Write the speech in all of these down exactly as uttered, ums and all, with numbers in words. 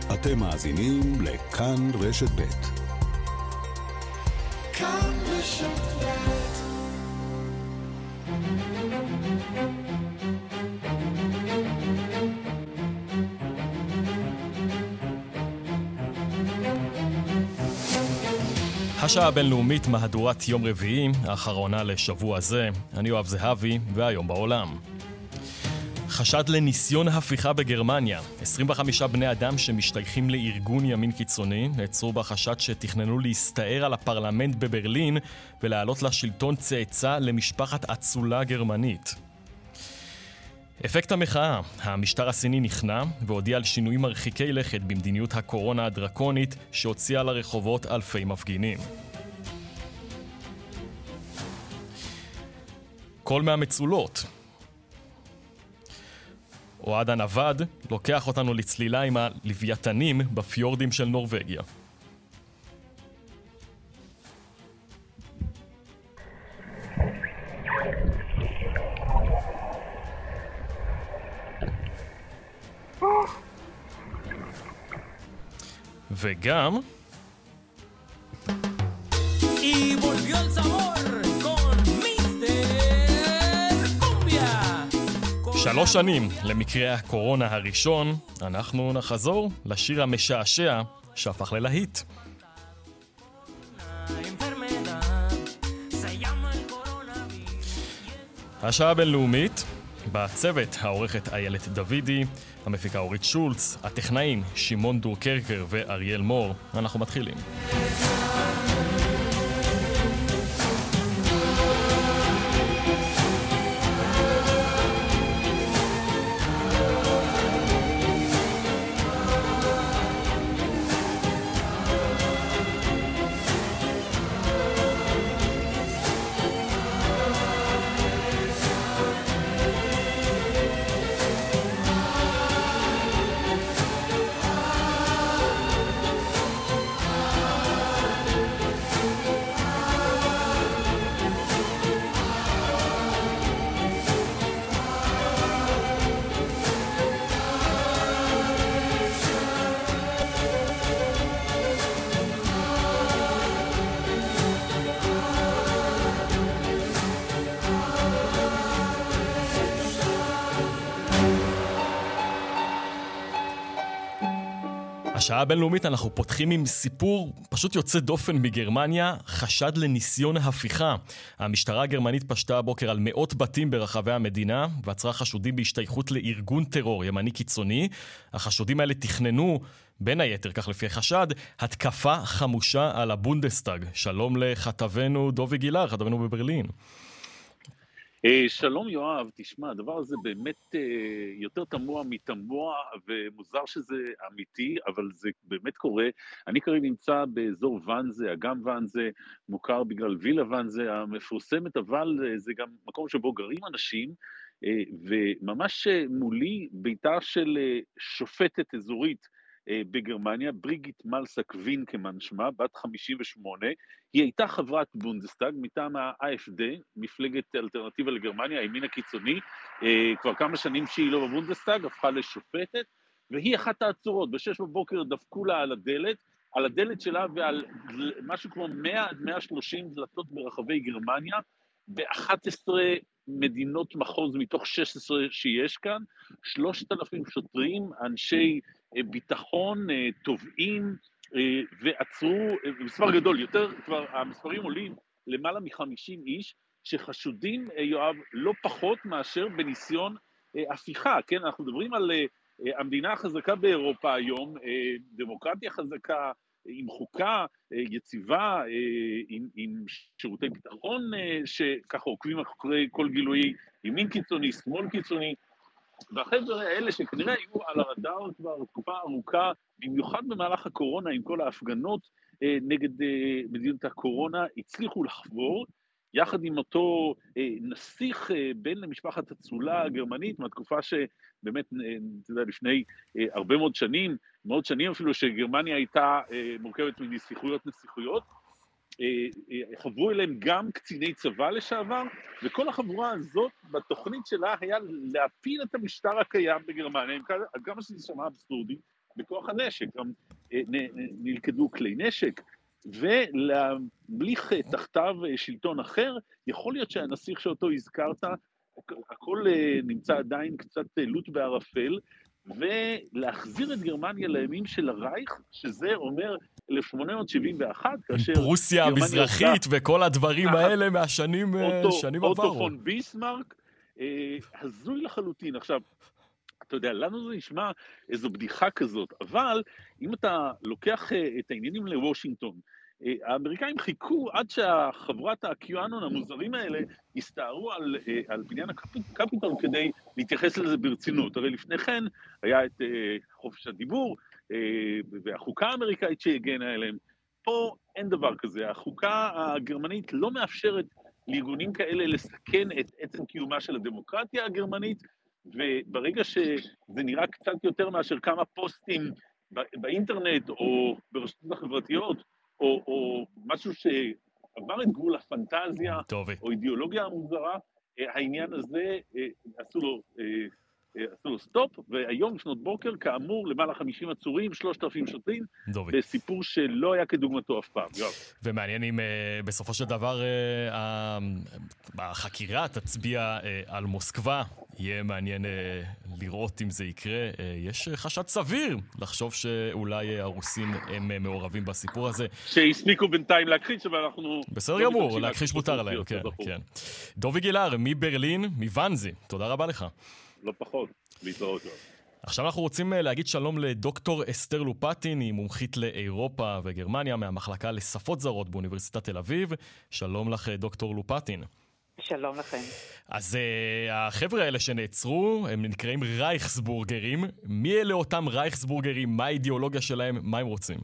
אתם מאזינים לכאן רשת ב'. כאן רשת ב'. השעה הבינלאומית, מהדורת יום רביעי, האחרונה לשבוע זה. אני יואב זהבי, והיום בעולם. חשד לניסיון הפיכה בגרמניה. עשרים וחמישה בני אדם שמשתייכים לארגון ימין קיצוני נעצרו בחשד שתכננו להסתער על הפרלמנט בברלין ולהעלות לשלטון צאצא למשפחת אצולה גרמנית. אפקט המחאה. המשטר הסיני נכנע והודיע על שינויים מרחיקי לכת במדיניות הקורונה הדרקונית שהוציאה לרחובות אלפי מפגינים. קול מהמצולות. אוהד הנווד לוקח אותנו לצלילה עם הלוויתנים בפיורדים של נורווגיה. וגם Y volvió el sabor con מיסטר קומביה. שלוש שנים למקרה הקורונה הראשון, אנחנו נחזור לשיר המשעשע שהפך ללהיט. השעה הבינלאומית, בצוות העורכת איילת דוידי, המפיקה אורית שולץ, הטכנאים שמעון דורקרקר ואריאל מור. אנחנו מתחילים. השעה הבינלאומית אנחנו פותחים עם סיפור פשוט יוצא דופן מגרמניה, חשד לניסיון הפיכה. המשטרה הגרמנית פשטה הבוקר על מאות בתים ברחבי המדינה, ועצרה חשודים בהשתייכות לארגון טרור ימני קיצוני. החשודים האלה תכננו, בין היתר, כך לפי חשד, התקפה חמושה על הבונדסטאג. שלום לכתבנו דובי גילר, כתבנו בברלין. שלום יואב, תשמע, הדבר הזה באמת יותר תמוה מתמוה ומוזר שזה אמיתי, אבל זה באמת קורה. אני כרגע נמצא באזור ואנזה, אגם ואנזה, מוכר בגלל וילה ואנזה המפורסמת, אבל זה גם מקום שבו גרים אנשים, וממש מולי ביתה של שופטת אזורית בגרמניה, בריגיט מלסה קווינקמן שמה, בת חמישים ושמונה, היא הייתה חברת בונדסטאג מטעם ה-איי אף די, מפלגת אלטרנטיבה לגרמניה, הימין הקיצוני, כבר כמה שנים שהיא לא בבונדסטאג, הפכה לשופטת, והיא אחת העצורות, בשש בבוקר דפקו לה על הדלת, על הדלת שלה ועל משהו כמו מאה עד מאה ושלושים דלתות ברחבי גרמניה, ב-אחת עשרה מדינות מחוז מתוך שש עשרה שיש כאן, שלושת אלפים שוטרים, אנשי ביטחון, תובעים, ועצרו, מספר גדול, יותר, כבר המספרים עולים למעלה מ-חמישים איש, שחשודים, יואב, לא פחות מאשר בניסיון הפיכה, כן? אנחנו מדברים על המדינה החזקה באירופה היום, דמוקרטיה חזקה, עם חוקה יציבה, עם, עם שירותי ביטחון שככה עוקבים אחרי כל גילוי ימין קיצוני, שמאל קיצוני, והחבר'ה האלה שכנראה היו על הרדאר כבר תקופה ארוכה, במיוחד במהלך הקורונה עם כל ההפגנות נגד מדיניות הקורונה, הצליחו לחבור, יחד עם אותו נסיך בן למשפחת אצולה הגרמנית, מהתקופה שבאמת, אתה יודע, לפני הרבה מאוד שנים, מאוד שנים אפילו שגרמניה הייתה מורכבת מנסיכויות נסיכויות, חברו אליהם גם קציני צבא לשעבר, וכל החבורה הזאת בתוכנית שלה היה להפיל את המשטר הקיים בגרמניה, כמה שזה שמע אבסורדי, בכוח הנשק, גם נלכדו כלי נשק, ולהמליך תחתיו שלטון אחר, יכול להיות שהנסיך שאותו הזכרת, הכל נמצא עדיין קצת לוט בערפל, ולהחזיר את גרמניה לימים של הרייך, שזה אומר אלף שמונה מאות שבעים ואחת, כאשר... פרוסיה המזרחית וכל הדברים האלה מהשנים עברו. אוטו פון ביסמרק, הזוי לחלוטין. עכשיו, אתה יודע, לנו זה נשמע איזו בדיחה כזאת, אבל אם אתה לוקח את העניינים לוושינגטון, האמריקאים חיכו עד שהחברת הקיואנון המוזרים האלה הסתערו על, על בניין הקפיטול כדי להתייחס לזה ברצינות. הרי לפני כן היה את חופש הדיבור והחוקה האמריקאית שהגנה אליהם. פה אין דבר כזה. החוקה הגרמנית לא מאפשרת לארגונים כאלה לסכן את עצם קיומה של הדמוקרטיה הגרמנית, וברגע שזה נראה קצת יותר מאשר כמה פוסטים באינטרנט או ברשתות החברתיות, או, או משהו שעבר את גבול הפנטזיה, טובי. או אידיאולוגיה המוזרה, העניין הזה עשו לו, עשו לו סטופ, והיום לפנות בוקר, כאמור, למעלה חמישים עצורים, שלושת אלפים שוטרים, בסיפור שלא היה כדוגמתו אף פעם. יואב. ומעניין אם בסופו של דבר החקירה תצביע על מוסקבה, יהיה מעניין לראות אם זה יקרה. יש חשד סביר לחשוב שאולי הרוסים הם מעורבים בסיפור הזה. שהסמיקו בינתיים להכחיש, אבל אנחנו... בסדר גמור, להכחיש מותר עליהם, כן, כן. דובי גילר, מברלין, מוונזי, תודה רבה לך. לא פחות, להתראות לו. עכשיו אנחנו רוצים להגיד שלום לדוקטור אסתר לופטין, היא מומחית לאירופה וגרמניה מהמחלקה לשפות זרות באוניברסיטת תל אביב. שלום לך דוקטור לופטין. שלום לכם. אז uh, החבר'ה האלה שנעצרו, הם נקראים רייכסבורגרים. מי אלה אותם רייכסבורגרים? מה האידיאולוגיה שלהם? מה הם רוצים?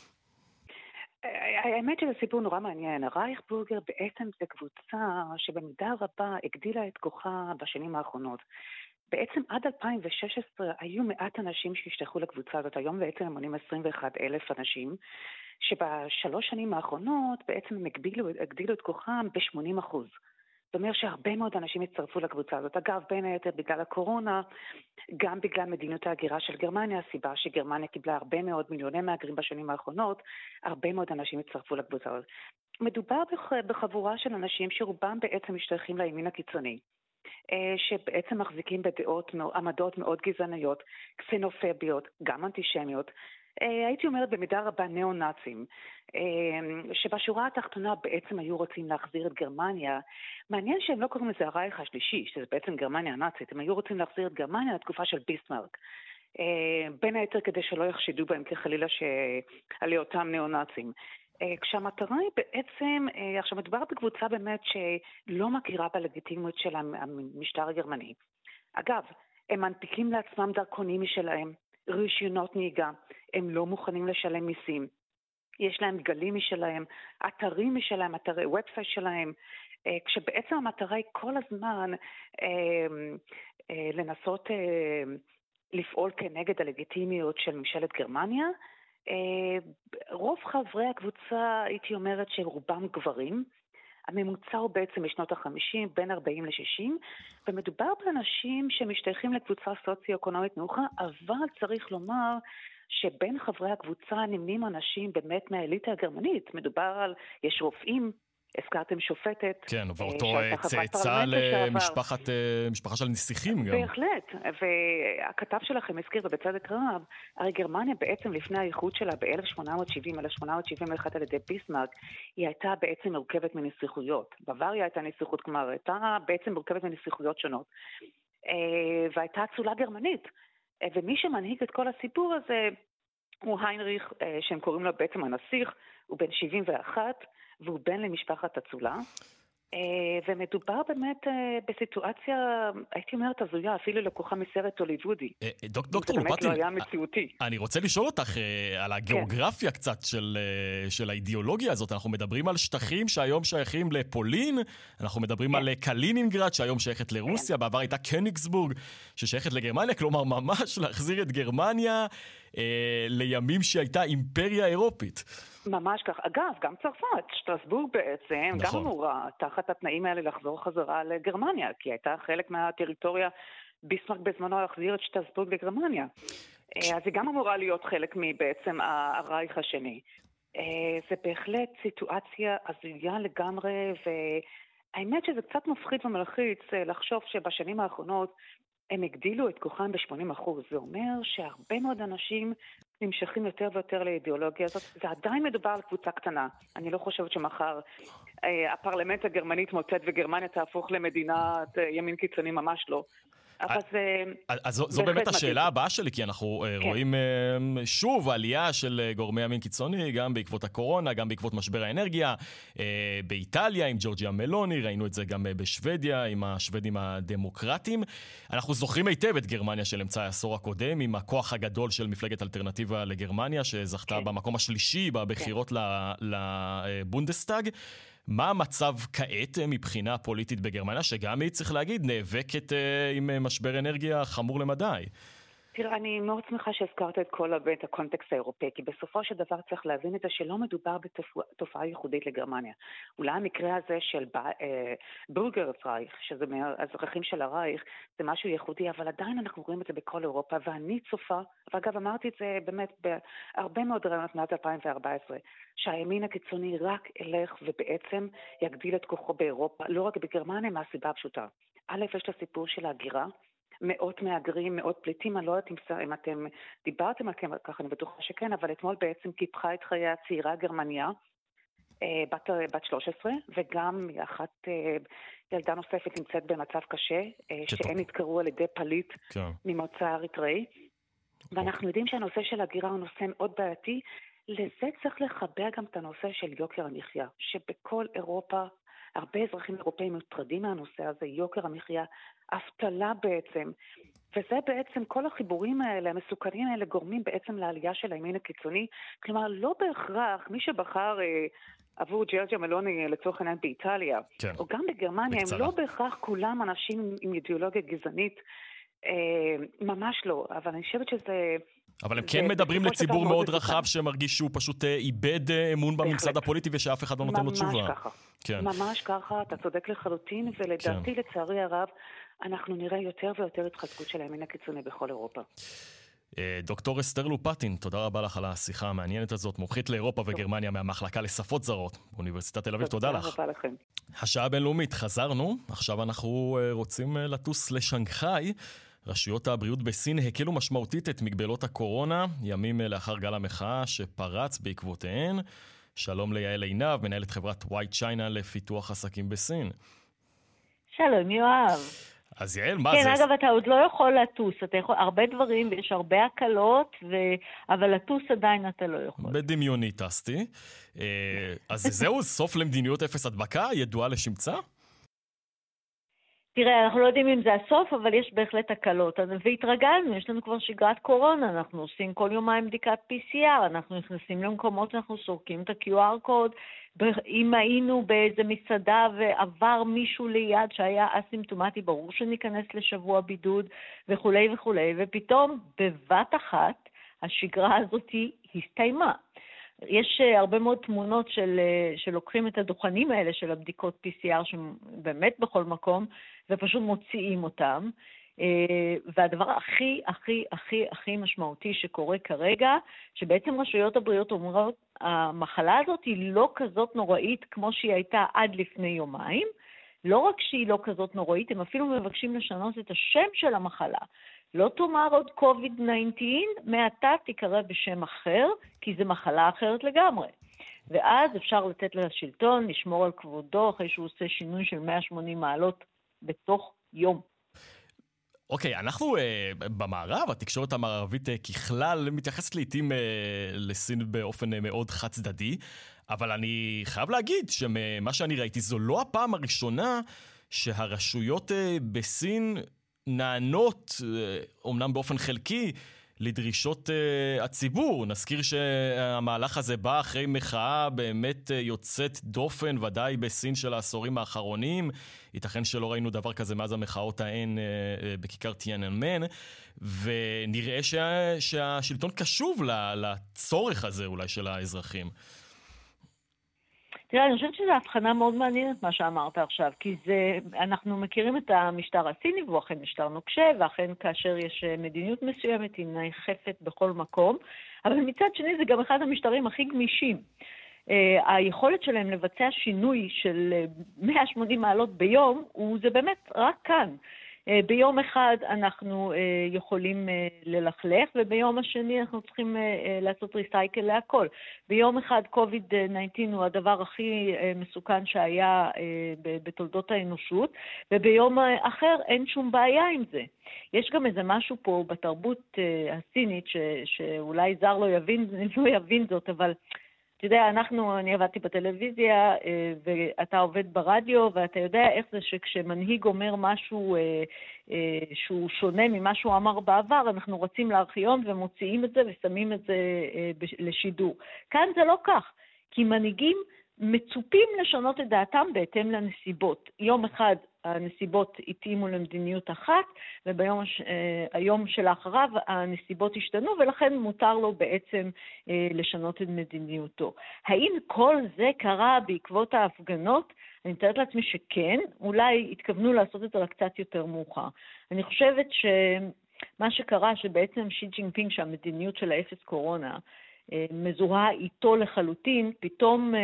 האמת שזה סיפור נורא מעניין. הרייכסבורגר בעצם זה קבוצה שבמידה רבה הגדילה את כוחה בשנים האחרונות. בעצם עד אלפיים ושש עשרה היו מעט אנשים שהשתייכו לקבוצה הזאת. היום בעצם הם מונים עשרים ואחד אלף אנשים, שבשלוש שנים האחרונות בעצם הם הגדילו, הגדילו את כוחם ב-שמונים אחוז. זאת אומרת שהרבה מאוד אנשים הצטרפו לקבוצה הזאת. אגב, בין היתר בגלל הקורונה, גם בגלל מדיניות ההגירה של גרמניה, הסיבה שגרמניה קיבלה הרבה מאוד מיליוני מהגרים בשנים האחרונות, הרבה מאוד אנשים הצטרפו לקבוצה הזאת. מדובר בחבורה של אנשים שרובם בעצם משתייכים לימין הקיצוני, שבעצם מחזיקים בדעות, עמדות מאוד גזעניות, קסנופוביות, גם אנטישמיות, הייתי אומרת במידה רבה ניאו-נאצים, שבשורה התחתונה בעצם היו רוצים להחזיר את גרמניה. מעניין שהם לא קוראים לזה הרייך השלישי, שזה בעצם גרמניה הנאצית, הם היו רוצים להחזיר את גרמניה לתקופה של ביסמרק, בין היתר כדי שלא יחשדו בהם כחלילה שעלי אותם ניאו-נאצים. כשהמטרה היא בעצם, עכשיו מדובר בקבוצה באמת שלא מכירה בלגיטימיות של המשטר הגרמני. אגב, הם מנפיקים לעצמם דרכונים משלהם, רישיונות נהיגה, הם לא מוכנים לשלם מיסים, יש להם דגלים משלהם, אתרים משלהם, אתרי ובסייט שלהם, כשבעצם המטרה היא כל הזמן לנסות לפעול כנגד הלגיטימיות של ממשלת גרמניה. רוב חברי הקבוצה, הייתי אומרת שרובם גברים, הממוצע הוא בעצם משנות החמישים, בין ארבעים לשישים, ומדובר באנשים שמשתייכים לקבוצה סוציו-אקונומית נמוכה, אבל צריך לומר שבין חברי הקבוצה נמנים אנשים באמת מהאליטה הגרמנית. מדובר על, יש רופאים, הזכרתם שופטת. כן, ואותו צאצא למשפחת, משפחה של נסיכים גם. בהחלט, והכתב שלכם הזכיר ובצדק רב, הרי גרמניה בעצם לפני האיחוד שלה ב-אלף שמונה מאות שבעים עד אלף שמונה מאות שבעים ואחת על ידי ביסמרק, היא הייתה בעצם מורכבת מנסיכויות. בוואריה הייתה נסיכות, כלומר, הייתה בעצם מורכבת מנסיכויות שונות. והייתה אצולה גרמנית. ומי שמנהיג את כל הסיפור הזה הוא היינריך, שהם קוראים לו בעצם הנסיך, הוא בן שבעים ואחת, והוא בן למשפחת אצולה, ומדובר באמת בסיטואציה, הייתי אומרת הזויה, אפילו לקוחה מסרט הוליוודי. דוקטור לופטין, זה באמת לא היה מציאותי. אני רוצה לשאול אותך על הגיאוגרפיה קצת של האידיאולוגיה הזאת. אנחנו מדברים על שטחים שהיום שייכים לפולין, אנחנו מדברים על קלינינגרד שהיום שייכת לרוסיה, בעבר הייתה קניגסבורג ששייכת לגרמניה, כלומר ממש להחזיר את גרמניה לימים שהייתה אימפריה אירופית. ממש כך. אגב, גם צרפת, שטרסבורג בעצם, נכון. גם אמורה תחת התנאים האלה לחזור חזרה לגרמניה, כי הייתה חלק מהטריטוריה, ביסמרק בזמנו להחזיר את שטרסבורג לגרמניה. אז היא גם אמורה להיות חלק מבעצם הרייך השני. זה בהחלט סיטואציה הזויה לגמרי, והאמת שזה קצת מפחיד ומלחיץ לחשוב שבשנים האחרונות הם הגדילו את כוחם ב-שמונים אחוז. זה אומר שהרבה מאוד אנשים נמשכים יותר ויותר לאידיאולוגיה הזאת. זה עדיין מדובר על קבוצה קטנה. אני לא חושבת שמחר אה, הפרלמנט הגרמני תמוטט וגרמניה תהפוך למדינת אה, ימין קיצוני, ממש לא. אבל זה... אז זו, זו באמת השאלה הבאה שלי, כי אנחנו כן. רואים שוב עלייה של גורמי ימין קיצוני, גם בעקבות הקורונה, גם בעקבות משבר האנרגיה, באיטליה עם ג'ורג'יה מלוני, ראינו את זה גם בשוודיה עם השוודים הדמוקרטיים. אנחנו זוכרים היטב את גרמניה של אמצע העשור הקודם, עם הכוח הגדול של מפלגת אלטרנטיבה לגרמניה, שזכתה כן. במקום השלישי בבחירות כן. לבונדסטאג. מה המצב כעת מבחינה פוליטית בגרמניה, שגם היא צריך להגיד, נאבקת עם משבר אנרגיה חמור למדי? תראה, אני מאוד שמחה שהזכרת את כל הבית הקונטקסט האירופאי, כי בסופו של דבר צריך להבין את זה שלא מדובר בתופעה ייחודית לגרמניה. אולי המקרה הזה של בולגרס רייך, שזה מהאזרחים של הרייך, זה משהו ייחודי, אבל עדיין אנחנו רואים את זה בכל אירופה, ואני צופה, ואגב אמרתי את זה באמת בהרבה מאוד רעיונות מאז אלפיים וארבע עשרה, שהימין הקיצוני רק ילך ובעצם יגדיל את כוחו באירופה, לא רק בגרמניה, מהסיבה הפשוטה. א', יש את הסיפור של ההגירה, מאות מהגרים, מאות פליטים, אני לא יודעת אם אתם דיברתם על כך, אני בטוחה שכן, אבל אתמול בעצם קיפחה את חיי הצעירה גרמניה, בת, בת שלוש עשרה, וגם אחת ילדה נוספת נמצאת במצב קשה, שהם התקראו על ידי פליט כן. ממוצא אריתראי, ואנחנו יודעים שהנושא של הגירה הוא נושא מאוד בעייתי, לזה צריך לחבר גם את הנושא של יוקר המחיה, שבכל אירופה, הרבה אזרחים אירופאים מוטרדים מהנושא הזה, יוקר המחיה, אבטלה בעצם, וזה בעצם כל החיבורים האלה, המסוכנים האלה, גורמים בעצם לעלייה של הימין הקיצוני, כלומר לא בהכרח, מי שבחר אה, עבור ג'ורג'יה מלוני לצורך העניין באיטליה, כן. או גם בגרמניה, בקצרה. הם לא בהכרח כולם אנשים עם אידיאולוגיה גזענית, אה, ממש לא, אבל אני חושבת שזה... אבל הם כן מדברים לציבור מאוד רחב שמרגיש שהוא פשוט איבד אמון בממסד הפוליטי ושאף אחד לא נותן לו תשובה. ממש ככה. ממש ככה, אתה צודק לחלוטין, ולדעתי לצערי הרב, אנחנו נראה יותר ויותר התחזקות של הימין הקיצוני בכל אירופה. דוקטור אסתר לופטין, תודה רבה לך על השיחה המעניינת הזאת, מומחית לאירופה וגרמניה מהמחלקה לשפות זרות באוניברסיטת תל אביב, תודה לך. תודה רבה לכם. השעה הבינלאומית, חזרנו, עכשיו אנחנו רוצים לטוס לשנגחאי. רשויות הבריאות בסין הקלו משמעותית את מגבלות הקורונה, ימים לאחר גל המחאה שפרץ בעקבותיהן. שלום ליעל עינב, מנהלת חברת ווייט צ'יינה לפיתוח עסקים בסין. שלום יואב. אז יעל, מה כן, זה? כן, אגב, אתה עוד לא יכול לטוס, אתה יכול, הרבה דברים, ויש הרבה הקלות, ו... אבל לטוס עדיין אתה לא יכול. בדמיוני טסתי. אז זהו, סוף למדיניות אפס הדבקה, ידועה לשמצה? תראה, אנחנו לא יודעים אם זה הסוף, אבל יש בהחלט הקלות. והתרגלנו, יש לנו כבר שגרת קורונה, אנחנו עושים כל יומיים בדיקת פי סי אר, אנחנו נכנסים למקומות, אנחנו סורקים את ה-קיו אר קוד, אם היינו באיזה מסעדה ועבר מישהו ליד שהיה אסימפטומטי, ברור שניכנס לשבוע בידוד וכו' וכו', ופתאום בבת אחת השגרה הזאת הסתיימה. יש הרבה מאוד תמונות של, שלוקחים את הדוכנים האלה של הבדיקות פי סי אר שבאמת בכל מקום, ופשוט מוציאים אותם. והדבר הכי, הכי, הכי, הכי משמעותי שקורה כרגע, שבעצם רשויות הבריאות אומרות, המחלה הזאת היא לא כזאת נוראית כמו שהיא הייתה עד לפני יומיים. לא רק שהיא לא כזאת נוראית, הם אפילו מבקשים לשנות את השם של המחלה. לא תאמר עוד קוביד תשע עשרה, מעתה תיקרא בשם אחר, כי זה מחלה אחרת לגמרי. ואז אפשר לתת לשלטון, לשמור על כבודו, אחרי שהוא עושה שינוי של מאה ושמונים מעלות בתוך יום. אוקיי, אנחנו אה, במערב, התקשורת המערבית אה, ככלל מתייחסת לעתים אה, לסין באופן אה, מאוד חד צדדי, אבל אני חייב להגיד שמה שאני ראיתי זו לא הפעם הראשונה שהרשויות אה, בסין נענות, אומנם באופן חלקי, לדרישות uh, הציבור. נזכיר שהמהלך הזה בא אחרי מחאה באמת uh, יוצאת דופן, ודאי בסין של העשורים האחרונים. ייתכן שלא ראינו דבר כזה מאז המחאות ההן uh, uh, בכיכר טיאננמן, ונראה שה, שהשלטון קשוב לצורך הזה אולי של האזרחים. תראה, אני חושבת שזו הבחנה מאוד מעניינת מה שאמרת עכשיו, כי זה, אנחנו מכירים את המשטר הסיני, והוא אכן משטר נוקשה, ואכן כאשר יש מדיניות מסוימת, היא נאכפת בכל מקום, אבל מצד שני זה גם אחד המשטרים הכי גמישים. Uh, היכולת שלהם לבצע שינוי של מאה ושמונים מעלות ביום, זה באמת רק כאן. Uh, ביום אחד אנחנו uh, יכולים uh, ללכלך, וביום השני אנחנו צריכים uh, uh, לעשות ריסייקל להכל. ביום אחד קוביד תשע עשרה הוא הדבר הכי uh, מסוכן שהיה uh, בתולדות האנושות, וביום uh, אחר אין שום בעיה עם זה. יש גם איזה משהו פה בתרבות uh, הסינית, ש, שאולי זר לא יבין, לא יבין זאת, אבל... אתה יודע, אנחנו, אני עבדתי בטלוויזיה, ואתה עובד ברדיו, ואתה יודע איך זה שכשמנהיג אומר משהו שהוא שונה ממה שהוא אמר בעבר, אנחנו רצים לארכיון ומוציאים את זה ושמים את זה לשידור. כאן זה לא כך, כי מנהיגים מצופים לשנות את דעתם בהתאם לנסיבות. יום אחד הנסיבות התאימו למדיניות אחת, וביום הש... היום שלאחריו הנסיבות השתנו, ולכן מותר לו בעצם לשנות את מדיניותו. האם כל זה קרה בעקבות ההפגנות? אני מתארת לעצמי שכן, אולי התכוונו לעשות את זה קצת יותר מאוחר. אני חושבת שמה שקרה שבעצם שי ג'ינפינג, שהמדיניות של האפס קורונה, מזוהה איתו לחלוטין, פתאום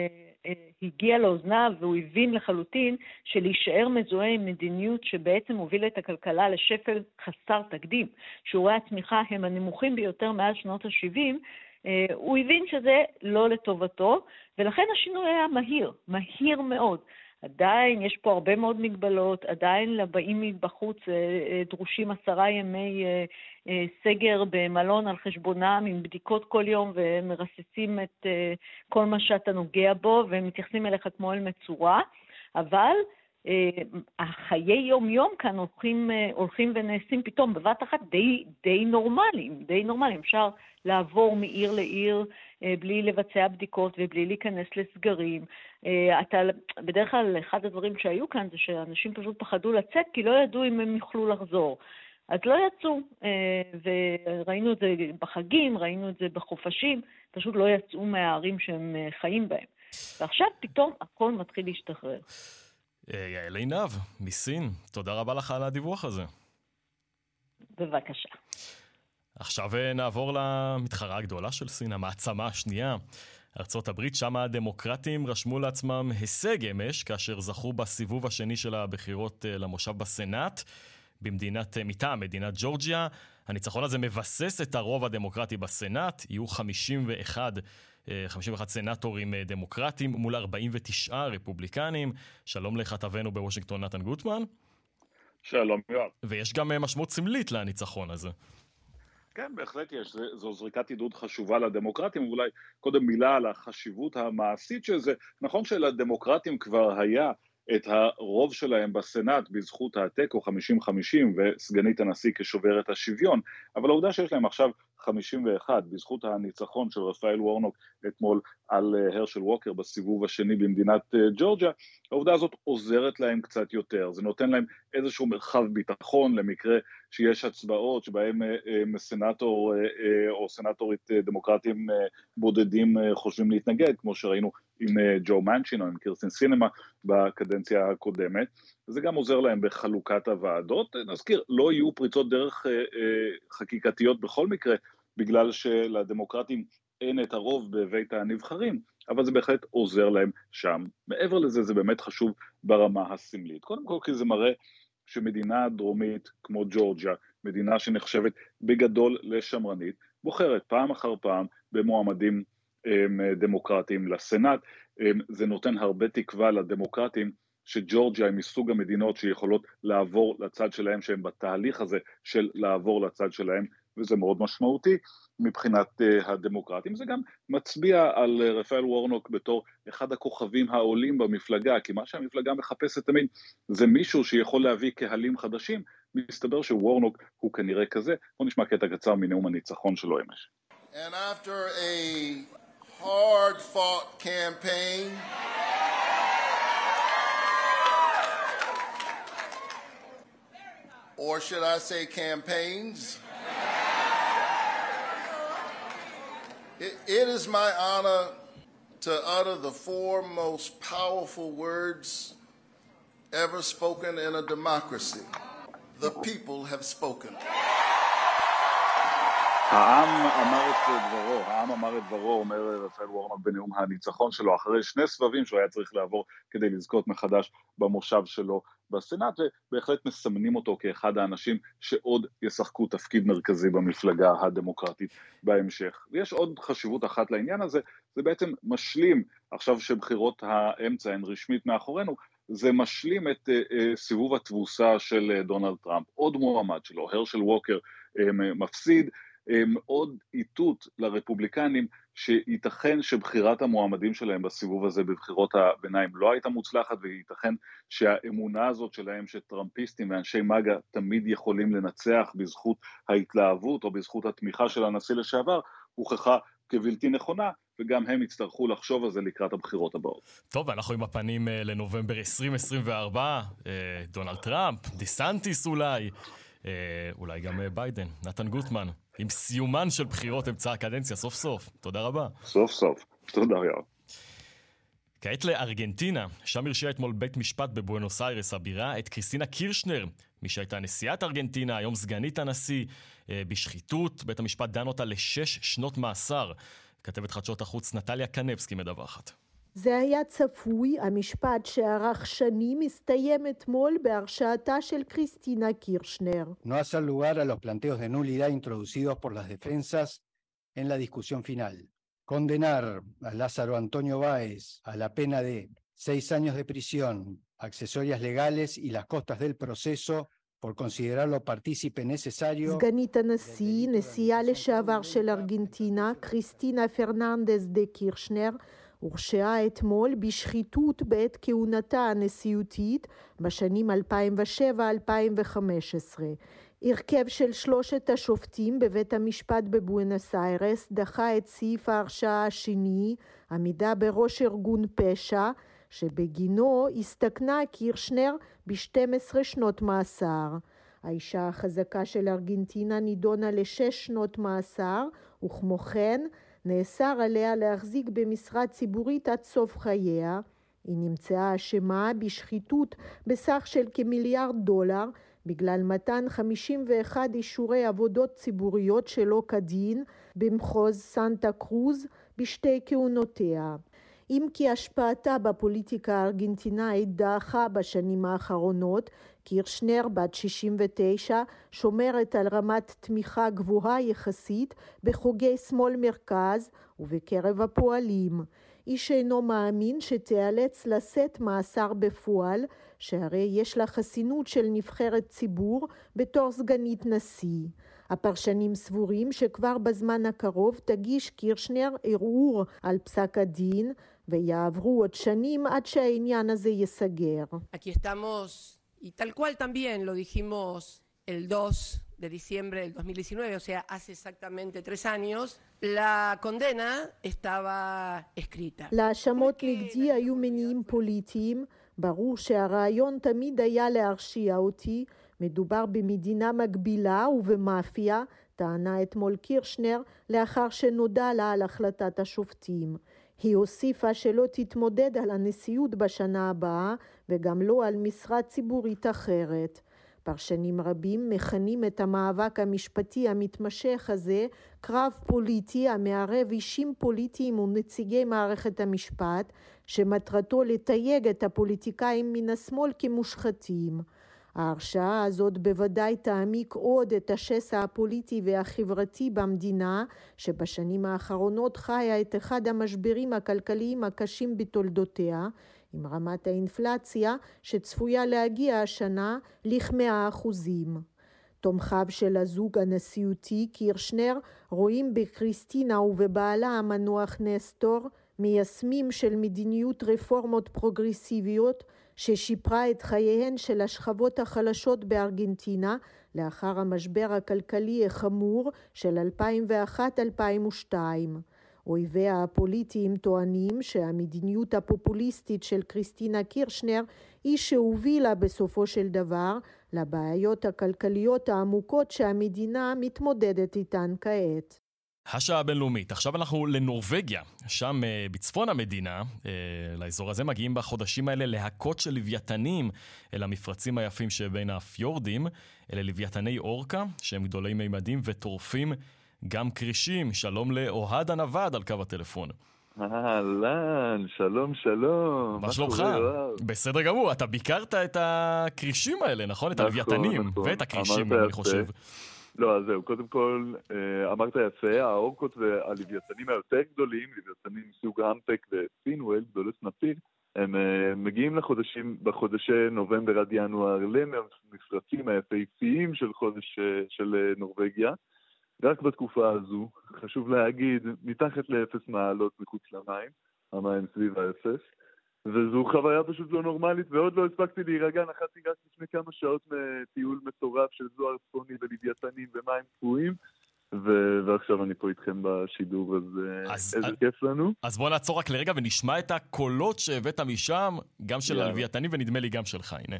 הגיע לאוזניו והוא הבין לחלוטין שלהישאר מזוהה עם מדיניות שבעצם הובילה את הכלכלה לשפל חסר תקדים, שיעורי הצמיחה הם הנמוכים ביותר מאז שנות ה-שבעים, הוא הבין שזה לא לטובתו, ולכן השינוי היה מהיר, מהיר מאוד. עדיין יש פה הרבה מאוד מגבלות, עדיין לבאים מבחוץ דרושים עשרה ימי סגר במלון על חשבונם עם בדיקות כל יום, ומרססים את כל מה שאתה נוגע בו, והם מתייחסים אליך כמו אל מצורע, אבל החיי יום יום כאן הולכים, הולכים ונעשים פתאום בבת אחת די, די נורמליים, די נורמליים. אפשר לעבור מעיר לעיר בלי לבצע בדיקות ובלי להיכנס לסגרים. אתה, בדרך כלל אחד הדברים שהיו כאן זה שאנשים פשוט פחדו לצאת כי לא ידעו אם הם יוכלו לחזור. אז לא יצאו, וראינו את זה בחגים, ראינו את זה בחופשים, פשוט לא יצאו מהערים שהם חיים בהם. ועכשיו פתאום הכל מתחיל להשתחרר. יעל עינב, מסין, תודה רבה לך על הדיווח הזה. בבקשה. עכשיו נעבור למתחרה הגדולה של סין, המעצמה השנייה. ארצות הברית, שם הדמוקרטים רשמו לעצמם הישג אמש, כאשר זכו בסיבוב השני של הבחירות למושב בסנאט, במדינת, מטעם מדינת ג'ורג'יה. הניצחון הזה מבסס את הרוב הדמוקרטי בסנאט, יהיו חמישים ואחד חמישים ואחד סנטורים דמוקרטים מול ארבעים ותשעה רפובליקנים. שלום לכתבנו בוושינגטון נתן גוטמן. שלום יואב. ויש גם משמעות סמלית לניצחון הזה. כן, בהחלט יש. זו זריקת עידוד חשובה לדמוקרטים, ואולי קודם מילה על החשיבות המעשית של זה. נכון שלדמוקרטים כבר היה את הרוב שלהם בסנאט בזכות התיקו חמישים חמישים וסגנית הנשיא כשוברת השוויון, אבל העובדה שיש להם עכשיו חמישים ואחד בזכות הניצחון של רפאל וורנוק אתמול על הרשל ווקר בסיבוב השני במדינת ג'ורג'יה, העובדה הזאת עוזרת להם קצת יותר, זה נותן להם איזשהו מרחב ביטחון למקרה שיש הצבעות שבהם סנאטור או סנאטורית דמוקרטים בודדים חושבים להתנגד, כמו שראינו עם ג'ו מנצ'ין או עם קירסטין סינמה בקדנציה הקודמת. זה גם עוזר להם בחלוקת הוועדות. נזכיר, לא יהיו פריצות דרך חקיקתיות בכל מקרה, בגלל שלדמוקרטים אין את הרוב בבית הנבחרים, אבל זה בהחלט עוזר להם שם. מעבר לזה, זה באמת חשוב ברמה הסמלית. קודם כל, כי זה מראה שמדינה דרומית כמו ג'ורג'יה, מדינה שנחשבת בגדול לשמרנית, בוחרת פעם אחר פעם במועמדים דמוקרטיים לסנאט. זה נותן הרבה תקווה לדמוקרטים שג'ורג'יה היא מסוג המדינות שיכולות לעבור לצד שלהם, שהם בתהליך הזה של לעבור לצד שלהם, וזה מאוד משמעותי מבחינת uh, הדמוקרטים. זה גם מצביע על uh, רפאל וורנוק בתור אחד הכוכבים העולים במפלגה, כי מה שהמפלגה מחפשת תמיד זה מישהו שיכול להביא קהלים חדשים. מסתבר שוורנוק הוא כנראה כזה. בוא נשמע קטע קצר מנאום הניצחון שלו אמש. And after a hard fought campaign, or should I say campaigns, it, it is my honor to utter the four most powerful words ever spoken in a democracy. The people have spoken. העם אמר את דברו, העם אמר את דברו, אומר רפאל וורנוק בנאום הניצחון שלו, אחרי שני סבבים שהוא היה צריך לעבור כדי לזכות מחדש במושב שלו בסנאט, ובהחלט מסמנים אותו כאחד האנשים שעוד ישחקו תפקיד מרכזי במפלגה הדמוקרטית בהמשך. ויש עוד חשיבות אחת לעניין הזה, זה בעצם משלים, עכשיו שבחירות האמצע הן רשמית מאחורינו, זה משלים את uh, uh, סיבוב התבוסה של uh, דונלד טראמפ, עוד מועמד שלו, הרשל ווקר um, מפסיד, עוד איתות לרפובליקנים שייתכן שבחירת המועמדים שלהם בסיבוב הזה בבחירות הביניים לא הייתה מוצלחת, וייתכן שהאמונה הזאת שלהם שטראמפיסטים ואנשי מגה תמיד יכולים לנצח בזכות ההתלהבות או בזכות התמיכה של הנשיא לשעבר, הוכחה כבלתי נכונה, וגם הם יצטרכו לחשוב על זה לקראת הבחירות הבאות. טוב, אנחנו עם הפנים לנובמבר עשרים עשרים וארבע, דונלד טראמפ, דיסנטיס אולי, אולי גם ביידן, נתן גוטמן. עם סיומן של בחירות אמצע הקדנציה, סוף סוף. תודה רבה. סוף סוף. תודה רבה. כעת לארגנטינה, שם הרשיע אתמול בית משפט בבואנוס איירס הבירה את קריסטינה קירשנר, מי שהייתה נשיאת ארגנטינה, היום סגנית הנשיא, בשחיתות. בית המשפט דן אותה לשש שנות מאסר. כתבת חדשות החוץ נטליה קנבסקי מדווחת. זה היה צפוי, המשפט שערך שנים הסתיים אתמול בהרשעתה של קריסטינה קירשנר. No hacer lugar a los planteos de nulidad introducidos por las defensas en la discusión final. Condenar a Lázaro Antonio Báez a la pena de seis años de prisión, accesorias legales y las costas del proceso por considerarlo partícipe necesario. סגנית הנשיא, נשיאה לשעבר של ארגנטינה, קריסטינה פרננדז דה קירשנר, הורשעה אתמול בשחיתות בעת כהונתה הנשיאותית בשנים אלפיים ושבע עד אלפיים וחמש עשרה. הרכב של שלושת השופטים בבית המשפט בבואנוס איירס דחה את סעיף ההרשעה השני, עמידה בראש ארגון פשע, שבגינו הסתכנה קירשנר ב-שתים עשרה שנות מאסר. האישה החזקה של ארגנטינה נידונה לשש שנות מאסר, וכמו כן נאסר עליה להחזיק במשרה ציבורית עד סוף חייה. היא נמצאה אשמה בשחיתות בסך של כמיליארד דולר בגלל מתן חמישים ואחד אישורי עבודות ציבוריות שלא כדין במחוז סנטה קרוז בשתי כהונותיה. אם כי השפעתה בפוליטיקה הארגנטינאית דעכה בשנים האחרונות, קירשנר בת שישים ותשע שומרת על רמת תמיכה גבוהה יחסית בחוגי שמאל מרכז ובקרב הפועלים. איש אינו מאמין שתיאלץ לשאת מאסר בפועל, שהרי יש לה חסינות של נבחרת ציבור בתור סגנית נשיא. הפרשנים סבורים שכבר בזמן הקרוב תגיש קירשנר ערעור על פסק הדין, ויעברו עוד שנים עד שהעניין הזה יסגר. Aquí estamos, y tal cual también lo dijimos el dos de diciembre del dos mil diecinueve, o sea, hace exactamente tres años, la condena estaba escrita. להאשמות נגדי היו מניעים פוליטיים, ברור שהרעיון תמיד היה להרשיע אותי, מדובר במדינה מגבילה ובמאפיה, טענה אתמול קירשנר לאחר שנודע לה על החלטת השופטים. היא הוסיפה שלא תתמודד על הנשיאות בשנה הבאה וגם לא על משרה ציבורית אחרת. פרשנים רבים מכנים את המאבק המשפטי המתמשך הזה קרב פוליטי המערב אישים פוליטיים ונציגי מערכת המשפט, שמטרתו לתייג את הפוליטיקאים מן השמאל כמושחתים. ההרשעה הזאת בוודאי תעמיק עוד את השסע הפוליטי והחברתי במדינה, שבשנים האחרונות חיה את אחד המשברים הכלכליים הקשים בתולדותיה, עם רמת האינפלציה שצפויה להגיע השנה לכמאה אחוזים. תומכיו של הזוג הנשיאותי קירשנר רואים בקריסטינה ובבעלה המנוח נסטור מיישמים של מדיניות רפורמות פרוגרסיביות ששיפרה את חייהן של השכבות החלשות בארגנטינה לאחר המשבר הכלכלי החמור של אלפיים ואחת עד אלפיים ושתיים. אויביה הפוליטיים טוענים שהמדיניות הפופוליסטית של קריסטינה קירשנר היא שהובילה בסופו של דבר לבעיות הכלכליות העמוקות שהמדינה מתמודדת איתן כעת. השעה הבינלאומית. עכשיו אנחנו לנורווגיה. שם בצפון המדינה, לאזור הזה מגיעים בחודשים האלה להקות של לוויתנים אל המפרצים היפים שבין הפיורדים. אלה לוויתני אורקה, שהם גדולי מימדים וטורפים גם קרישים. שלום לאוהד הנווד על קו הטלפון. אהלן, שלום שלום. מה שלומך? בסדר גמור, אתה ביקרת את הקרישים האלה, נכון? את הלוויתנים ואת הקרישים, אני חושב. לא, אז זהו, קודם כל, אמרת יפה, האורקות והלוויתנים היותר גדולים, לוויתנים מסוג המפק ופינואל, גדולי סנפיר, הם מגיעים לחודשים, בחודשי נובמבר עד ינואר, למפרצים היפהפיים של חודש של נורווגיה. רק בתקופה הזו, חשוב להגיד, מתחת לאפס מעלות מחוץ למים, המים סביב האפס, וזו חוויה פשוט לא נורמלית, ועוד לא הספקתי להירגע, נחתי רק לפני כמה שעות מטיול מטורף של זוהר צפוני ולוויתנים ומים קפואים, ו- ועכשיו אני פה איתכם בשידור, אז, אז איזה אז, כיף לנו. אז בוא נעצור רק לרגע ונשמע את הקולות שהבאת משם, גם של הלוויתנים ונדמה לי גם שלך, הנה.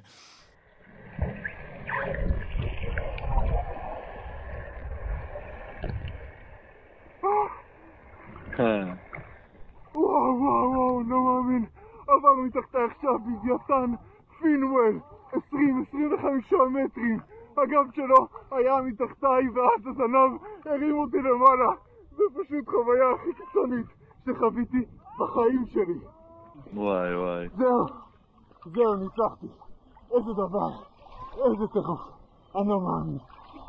וואו וואו וואו, לא מאמין. עבר מתחתי עכשיו לוויתן פינואל, עשרים עד עשרים וחמישה מטרים. הגב שלו היה מתחתיי ואז הזנב הרים אותי למעלה. זה פשוט חוויה הכי קיצונית שחוויתי בחיים שלי. וואי וואי. זהו, זהו, ניצחתי. איזה דבר, איזה טירוף. אני לא מאמין.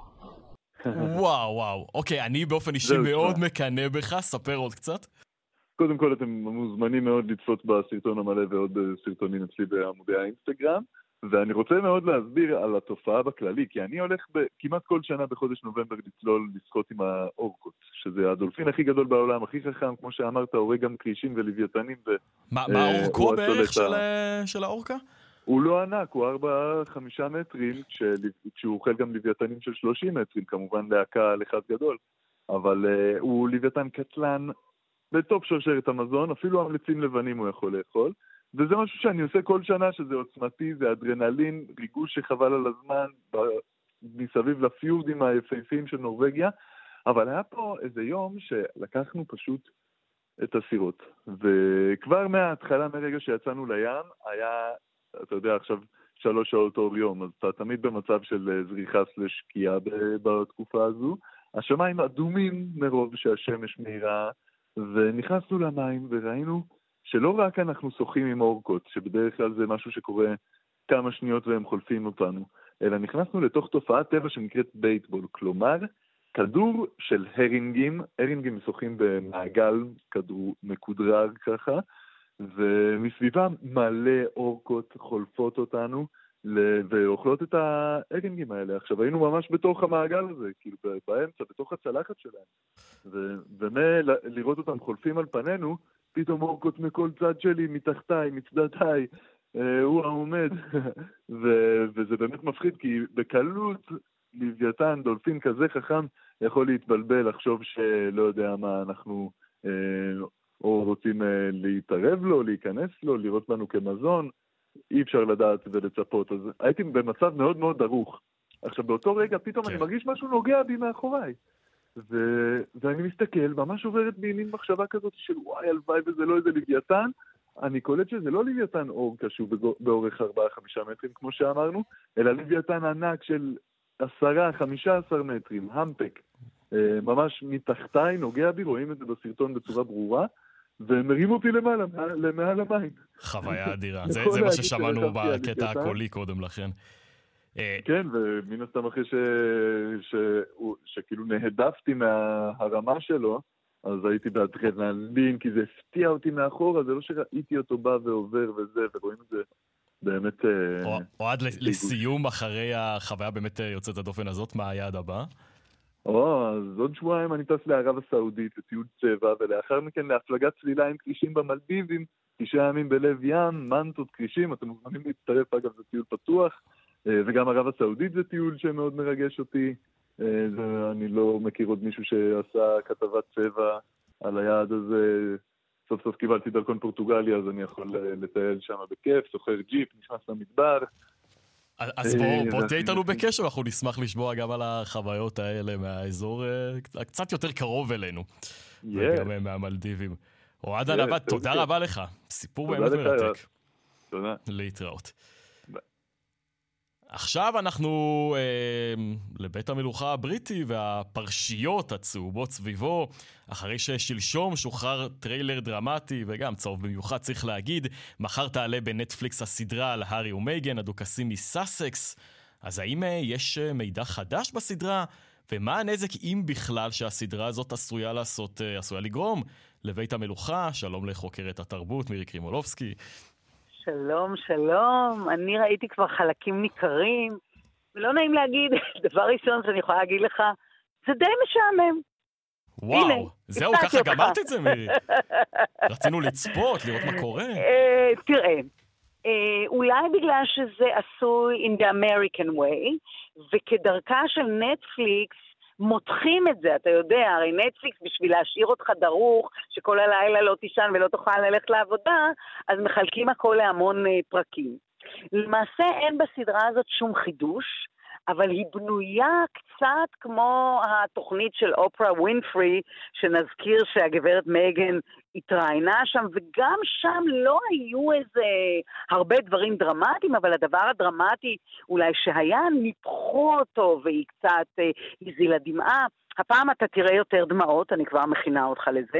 וואו וואו, אוקיי, אני באופן אישי מאוד מקנא בך, ספר עוד קצת. קודם כל אתם מוזמנים מאוד לצפות בסרטון המלא ועוד סרטונים אצלי בעמודי האינסטגרם, ואני רוצה מאוד להסביר על התופעה בכללי, כי אני הולך כמעט כל שנה בחודש נובמבר לצלול לשחות עם האורקות, שזה הדולפין הכי גדול בעולם, הכי חכם, כמו שאמרת, הורג גם קרישים ולוויתנים. מה האורכו בערך של האורקה? הוא לא ענק, הוא ארבע חמישה מטרים, כשהוא אוכל גם לוויתנים של שלושים מטרים, כמובן להקה על אחד גדול, אבל uh, הוא לוויתן קטלן בטופ שרשרת המזון, אפילו המלצים לבנים הוא יכול לאכול, וזה משהו שאני עושה כל שנה, שזה עוצמתי, זה אדרנלין, ריגוש שחבל על הזמן, מסביב לפיורדים היפהפיים של נורווגיה, אבל היה פה איזה יום שלקחנו פשוט את הסירות, וכבר מההתחלה, מרגע שיצאנו לים, היה... אתה יודע, עכשיו שלוש שעות אור יום, אז אתה תמיד במצב של זריחה לשקיעה בתקופה הזו. השמיים אדומים מרוב שהשמש מהירה, ונכנסנו למים וראינו שלא רק אנחנו שוחים עם אורקות, שבדרך כלל זה משהו שקורה כמה שניות והם חולפים אותנו, אלא נכנסנו לתוך תופעת טבע שנקראת בייטבול, כלומר, כדור של הרינגים, הרינגים שוחים במעגל, כדור מקודרר ככה, ומסביבם מלא אורקות חולפות אותנו ואוכלות את האגנגים האלה. עכשיו היינו ממש בתוך המעגל הזה, כאילו באמצע, בתוך הצלחת שלהם, ולראות אותם חולפים על פנינו, פתאום אורקות מכל צד שלי, מתחתיי, מצדדיי, הוא העומד. וזה באמת מפחיד, כי בקלות לוויתן, דולפין כזה חכם, יכול להתבלבל, לחשוב שלא יודע מה אנחנו... או רוצים להתערב לו, להיכנס לו, לראות בנו כמזון, אי אפשר לדעת ולצפות. אז הייתי במצב מאוד מאוד דרוך. עכשיו, באותו רגע, פתאום כן. אני מרגיש משהו נוגע בי מאחוריי. ו... ואני מסתכל, ממש עוברת בי מין מחשבה כזאת של וואי, הלוואי וזה לא איזה לוויתן. אני קולט שזה לא לוויתן אורקה שהוא באורך ארבעה חמישה מטרים, כמו שאמרנו, אלא לוויתן ענק של עשרה, חמישה עשר מטרים, המפק. ממש מתחתיי, נוגע בי, רואים את זה בסרטון בצורה ברורה, ומרים אותי למעלה, למעל המים. חוויה אדירה. זה מה ששמענו בקטע הקולי קודם לכן. כן, ומן הסתם אחרי שכאילו נהדפתי מהרמה שלו, אז הייתי באדרנלין, כי זה הפתיע אותי מאחורה, זה לא שראיתי אותו בא ועובר וזה, ורואים את זה באמת... אוהד, לסיום, אחרי החוויה באמת יוצאת הדופן הזאת, מה היעד הבא? או, אז עוד שבועיים אני טס לערב הסעודית לטיול צבע, ולאחר מכן להפלגת צלילה עם קרישים במלדיבים, תשעה ימים בלב ים, מנטות קרישים, אתם מוזמנים להצטרף, אגב זה טיול פתוח, וגם ערב הסעודית זה טיול שמאוד מרגש אותי, אני לא מכיר עוד מישהו שעשה כתבת צבע על היעד הזה, סוף סוף קיבלתי דרכון פורטוגלי, אז אני יכול לטייל שם בכיף, סוחר ג'יפ, נכנס למדבר, אז בוא, בוא תהיה איתנו בקשר, אנחנו נשמח לשמוע גם על החוויות האלה מהאזור קצת יותר קרוב אלינו. וגם מהמלדיבים. אוהד הנווד, תודה רבה לך. סיפור באמת מרתק. תודה. להתראות. עכשיו אנחנו אה, לבית המלוכה הבריטי והפרשיות הצהובות סביבו, אחרי ששלשום שוחרר טריילר דרמטי וגם צהוב במיוחד צריך להגיד, מחר תעלה בנטפליקס הסדרה על הארי ומייגן, הדוכסים מסאסקס. אז האם אה, יש מידע חדש בסדרה? ומה הנזק אם בכלל שהסדרה הזאת עשויה לעשות, אה, עשויה לגרום לבית המלוכה? שלום לחוקרת התרבות מירי קרימולובסקי. שלום, שלום. אני ראיתי כבר חלקים ניכרים, ולא נעים להגיד, דבר ראשון שאני יכולה להגיד לך, זה די משעמם. וואו, הנה, זהו, ככה גמרת את זה, מירי. רצינו לצפות, לראות מה קורה. תראה, אולי בגלל שזה עשוי in the American way, וכדרכה של נטפליקס, מותחים את זה, אתה יודע, הרי נטפליקס בשביל להשאיר אותך דרוך, שכל הלילה לא תישן ולא תוכל ללכת לעבודה, אז מחלקים הכל להמון פרקים. למעשה אין בסדרה הזאת שום חידוש, אבל היא בנויה קצת כמו התוכנית של אופרה ווינפרי, שנזכיר שהגברת מייגן התראיינה שם, וגם שם לא היו איזה הרבה דברים דרמטיים, אבל הדבר הדרמטי אולי שהיה, ניפחו אותו והיא קצת אה, הזילה דמעה. הפעם אתה תראה יותר דמעות, אני כבר מכינה אותך לזה.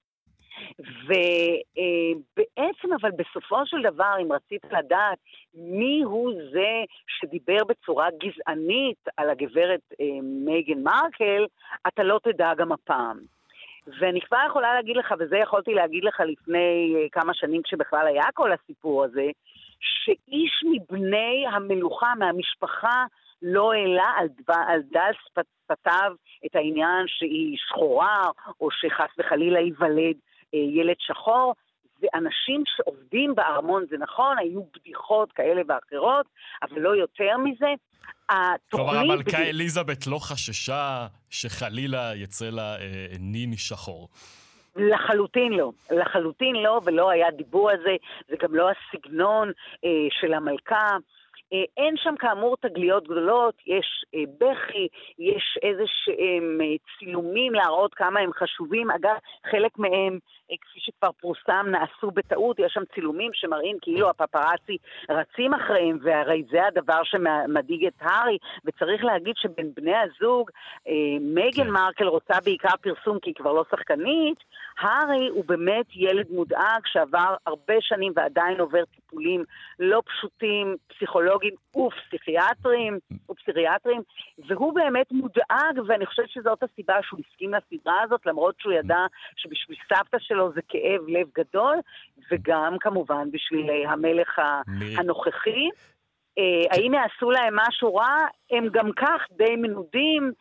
ובעצם אבל בסופו של דבר, אם רצית לדעת מי הוא זה שדיבר בצורה גזענית על הגברת מייגן מרקל, אתה לא תדע גם הפעם. ואני כבר יכולה להגיד לך, וזה יכולתי להגיד לך לפני כמה שנים כשבכלל היה כל הסיפור הזה, שאיש מבני המלוכה, מהמשפחה, לא העלה על, על דל שפתיו את העניין שהיא שחורה, או שחס וחלילה ייוולד ילד שחור. זה אנשים שעובדים בארמון, זה נכון, היו בדיחות כאלה ואחרות, אבל לא יותר מזה. כלומר, המלכה בדיוק... אליזבת לא חששה שחלילה יצא לה אה, נין שחור. לחלוטין לא, לחלוטין לא, ולא היה דיבור על זה, זה גם לא הסגנון אה, של המלכה. אה, אין שם כאמור תגליות גדולות, יש אה, בכי, יש איזה שהם אה, צילומים להראות כמה הם חשובים, אגב, חלק מהם, אה, כפי שכבר פורסם, נעשו בטעות, יש שם צילומים שמראים כאילו הפפרצי רצים אחריהם, והרי זה הדבר שמדאיג את הארי, וצריך להגיד שבין בני הזוג, אה, מייגן כן. מרקל רוצה בעיקר פרסום כי היא כבר לא שחקנית, הארי הוא באמת ילד מודאג שעבר הרבה שנים ועדיין עובר טיפולים לא פשוטים, פסיכולוגיים ופסיכיאטרים, ופסיכיאטרים, והוא באמת מודאג, ואני חושבת שזאת הסיבה שהוא הסכים לסדרה הזאת, למרות שהוא ידע שבשביל סבתא שלו זה כאב לב גדול, וגם כמובן בשביל המלך הנוכחי. האם יעשו להם משהו רע? הם גם כך די מנודים.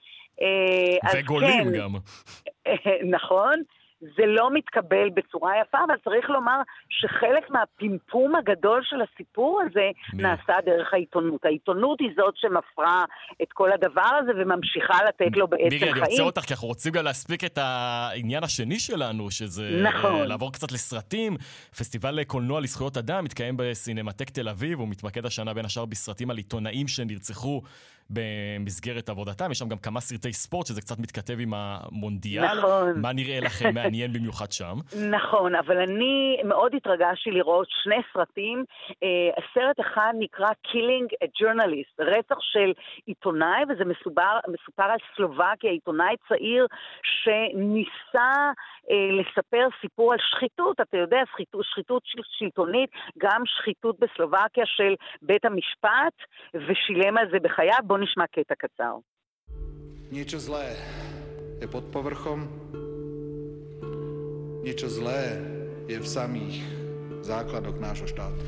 וגולים גם. נכון. זה לא מתקבל בצורה יפה, אבל צריך לומר שחלק מהפימפום הגדול של הסיפור הזה מי? נעשה דרך העיתונות. העיתונות היא זאת שמפרה את כל הדבר הזה וממשיכה לתת לו בעצם מירי, חיים. מירי, אני רוצה אותך, כי אנחנו רוצים גם להספיק את העניין השני שלנו, שזה נכון. לעבור קצת לסרטים. פסטיבל קולנוע לזכויות אדם מתקיים בסינמטק תל אביב, הוא מתמקד השנה בין השאר בסרטים על עיתונאים שנרצחו במסגרת עבודתם. יש שם גם כמה סרטי ספורט שזה קצת מתכתב עם המונדיאל. נכון. מה נראה לכם מעניין במיוחד שם? נכון, אבל אני מאוד התרגשתי לראות שני סרטים. הסרט אחד נקרא Killing a Journalist, רצח של עיתונאי, וזה מסופר, מסופר על סלובקיה, עיתונאי צעיר שניסה לספר סיפור על שחיתות, אתה יודע, שחיתות, שחיתות שלטונית, גם שחיתות בסלובקיה של בית המשפט, ושילם על זה בחייו. בוא נשמע קטע קצר. Niečo zlé je pod povrchom, niečo zlé je v samých základoch nášho štátu.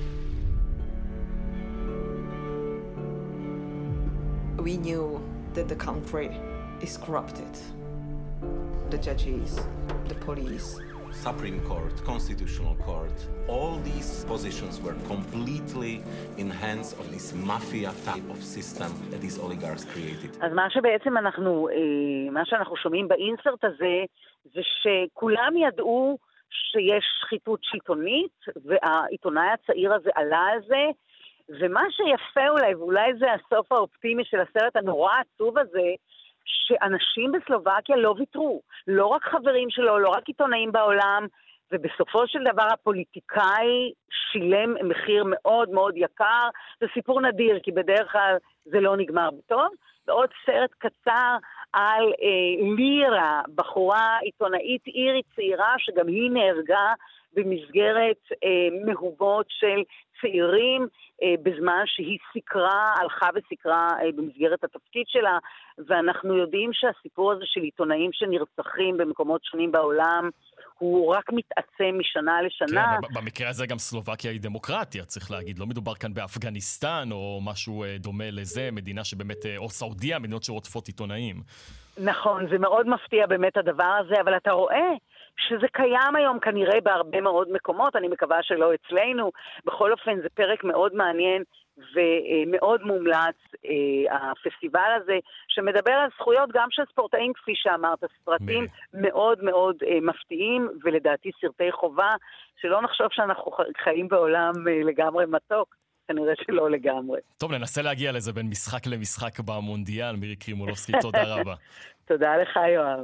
We knew that the country is corrupted. The judges, the police, Supreme Court, Constitutional Court, all these positions were completely in hands of this mafia type of system that these oligarchs created. אז מה שבעצם אנחנו, מה שאנחנו שומעים באינסרט הזה, זה שכולם ידעו שיש שחיתות שלטונית, והעיתונאי הצעיר הזה עלה על זה, ומה שיפה אולי, ואולי זה הסוף האופטימי של הסרט הנורא עצוב הזה, שאנשים בסלובקיה לא ויתרו. לא רק חברים שלו, לא רק עיתונאים בעולם, ובסופו של דבר הפוליטיקאי שילם מחיר מאוד מאוד יקר. זה סיפור נדיר, כי בדרך כלל זה לא נגמר בטוב. ועוד סרט קצר על אה, לירה, בחורה עיתונאית אירית צעירה, שגם היא נהרגה במסגרת אה, מהובות של צעירים, אה, בזמן שהיא סיקרה, הלכה וסיקרה אה, במסגרת התפקיד שלה, ואנחנו יודעים שהסיפור הזה של עיתונאים שנרצחים במקומות שונים בעולם, הוא רק מתעצם משנה לשנה. כן, במקרה הזה גם סלובקיה היא דמוקרטיה, צריך להגיד. לא מדובר כאן באפגניסטן או משהו דומה לזה, מדינה שבאמת, או סעודיה, מדינות שרודפות עיתונאים. נכון, זה מאוד מפתיע באמת הדבר הזה, אבל אתה רואה שזה קיים היום כנראה בהרבה מאוד מקומות, אני מקווה שלא אצלנו. בכל אופן זה פרק מאוד מעניין ומאוד מומלץ, הפסטיבל הזה, שמדבר על זכויות גם של ספורטאים, כפי שאמרת, סרטים מאוד מאוד מפתיעים, ולדעתי סרטי חובה, שלא נחשוב שאנחנו חיים בעולם לגמרי מתוק, כנראה שלא לגמרי. טוב, ננסה להגיע לזה בין משחק למשחק במונדיאל. מירי קרימולובסקי, תודה רבה. תודה לך, יואב.